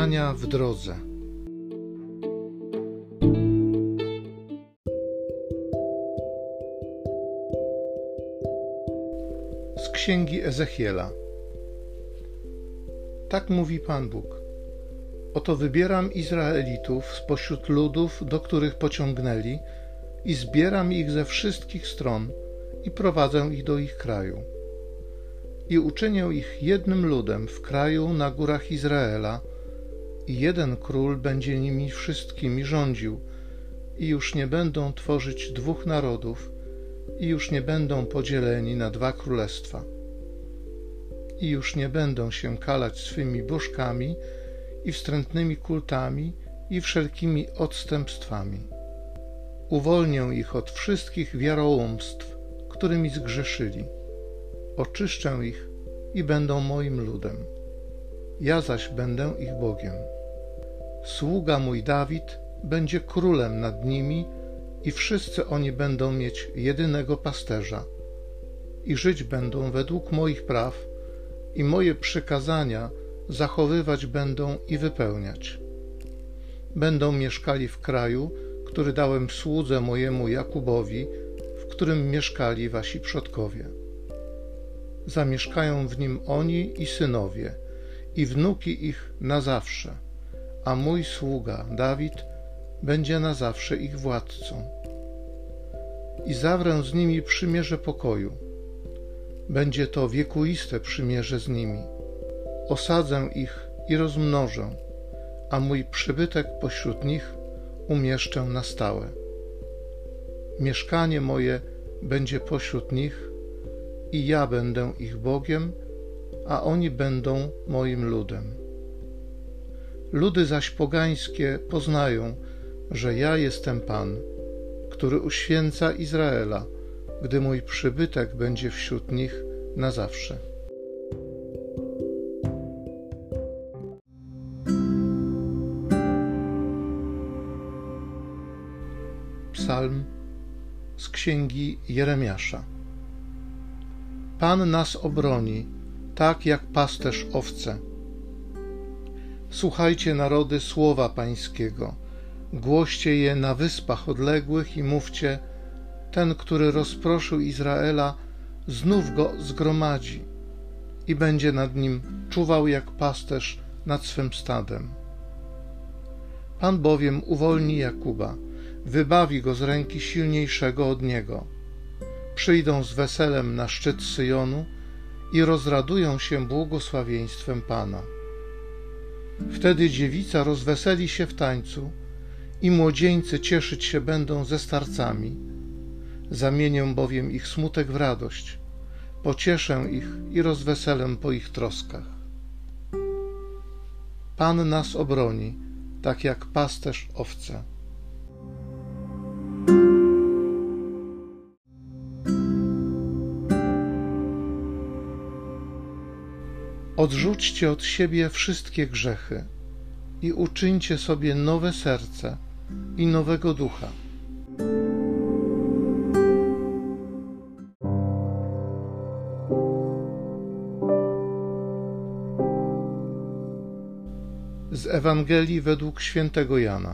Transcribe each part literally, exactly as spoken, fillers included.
Spotkania w drodze. Z księgi Ezechiela. Tak mówi Pan Bóg. Oto wybieram Izraelitów spośród ludów, do których pociągnęli, i zbieram ich ze wszystkich stron i prowadzę ich do ich kraju. I uczynię ich jednym ludem w kraju na górach Izraela, i jeden król będzie nimi wszystkimi rządził, i już nie będą tworzyć dwóch narodów, i już nie będą podzieleni na dwa królestwa. I już nie będą się kalać swymi bożkami i wstrętnymi kultami i wszelkimi odstępstwami. Uwolnię ich od wszystkich wiarołomstw, którymi zgrzeszyli. Oczyszczę ich i będą moim ludem. Ja zaś będę ich Bogiem. Sługa mój Dawid będzie królem nad nimi i wszyscy oni będą mieć jedynego pasterza i żyć będą według moich praw i moje przykazania zachowywać będą i wypełniać. Będą mieszkali w kraju, który dałem słudze mojemu Jakubowi, w którym mieszkali wasi przodkowie. Zamieszkają w nim oni i synowie, i wnuki ich na zawsze, a mój sługa Dawid będzie na zawsze ich władcą. I zawrę z nimi przymierze pokoju. Będzie to wiekuiste przymierze z nimi. Osadzę ich i rozmnożę, a mój przybytek pośród nich umieszczę na stałe. Mieszkanie moje będzie pośród nich i ja będę ich Bogiem, a oni będą moim ludem. Ludy zaś pogańskie poznają, że ja jestem Pan, który uświęca Izraela, gdy mój przybytek będzie wśród nich na zawsze. Psalm z księgi Jeremiasza. Pan nas obroni, tak jak pasterz owce. Słuchajcie, narody, słowa Pańskiego. Głoście je na wyspach odległych i mówcie: ten, który rozproszył Izraela, znów go zgromadzi i będzie nad nim czuwał jak pasterz nad swym stadem. Pan bowiem uwolni Jakuba, wybawi go z ręki silniejszego od niego. Przyjdą z weselem na szczyt Syjonu i rozradują się błogosławieństwem Pana. Wtedy dziewica rozweseli się w tańcu i młodzieńcy cieszyć się będą ze starcami. Zamienię bowiem ich smutek w radość, pocieszę ich i rozweselę po ich troskach. Pan nas obroni, tak jak pasterz owce. Odrzućcie od siebie wszystkie grzechy i uczyńcie sobie nowe serce i nowego ducha. Z Ewangelii według świętego Jana.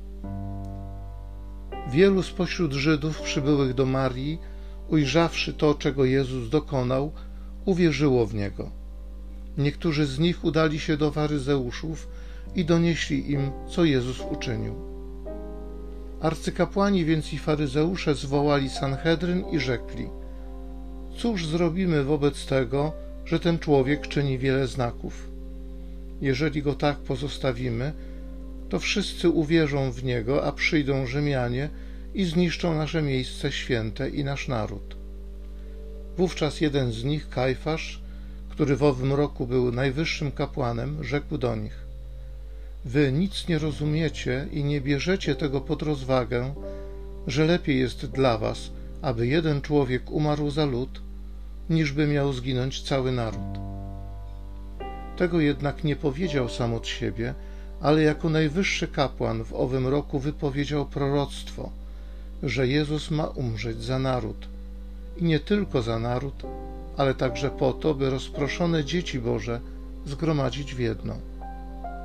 Wielu spośród Żydów przybyłych do Marii, ujrzawszy to, czego Jezus dokonał, uwierzyło w Niego. Niektórzy z nich udali się do faryzeuszów i donieśli im, co Jezus uczynił. Arcykapłani więc i faryzeusze zwołali Sanhedryn i rzekli: cóż zrobimy wobec tego, że ten człowiek czyni wiele znaków? Jeżeli go tak pozostawimy, to wszyscy uwierzą w niego, a przyjdą Rzymianie i zniszczą nasze miejsce święte i nasz naród. Wówczas jeden z nich, Kajfasz, który w owym roku był najwyższym kapłanem, rzekł do nich: wy nic nie rozumiecie i nie bierzecie tego pod rozwagę, że lepiej jest dla was, aby jeden człowiek umarł za lud, niżby miał zginąć cały naród. Tego jednak nie powiedział sam od siebie, ale jako najwyższy kapłan w owym roku wypowiedział proroctwo, że Jezus ma umrzeć za naród. I nie tylko za naród, ale także po to, by rozproszone dzieci Boże zgromadzić w jedno.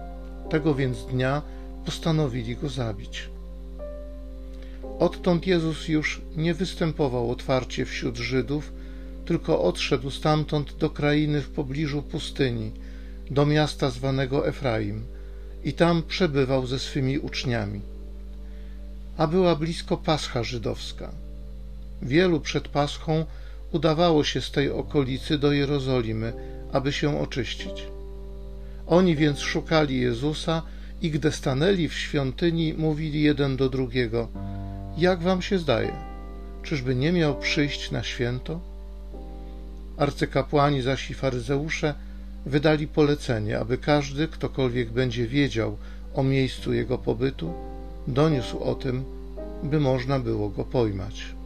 Tego więc dnia postanowili go zabić. Odtąd Jezus już nie występował otwarcie wśród Żydów, tylko odszedł stamtąd do krainy w pobliżu pustyni, do miasta zwanego Efraim, i tam przebywał ze swymi uczniami. A była blisko Pascha żydowska. Wielu przed Paschą udawało się z tej okolicy do Jerozolimy, aby się oczyścić. Oni więc szukali Jezusa i gdy stanęli w świątyni, mówili jeden do drugiego: jak wam się zdaje, czyżby nie miał przyjść na święto? Arcykapłani zaś i faryzeusze wydali polecenie, aby każdy, ktokolwiek będzie wiedział o miejscu jego pobytu, doniósł o tym, by można było go pojmać.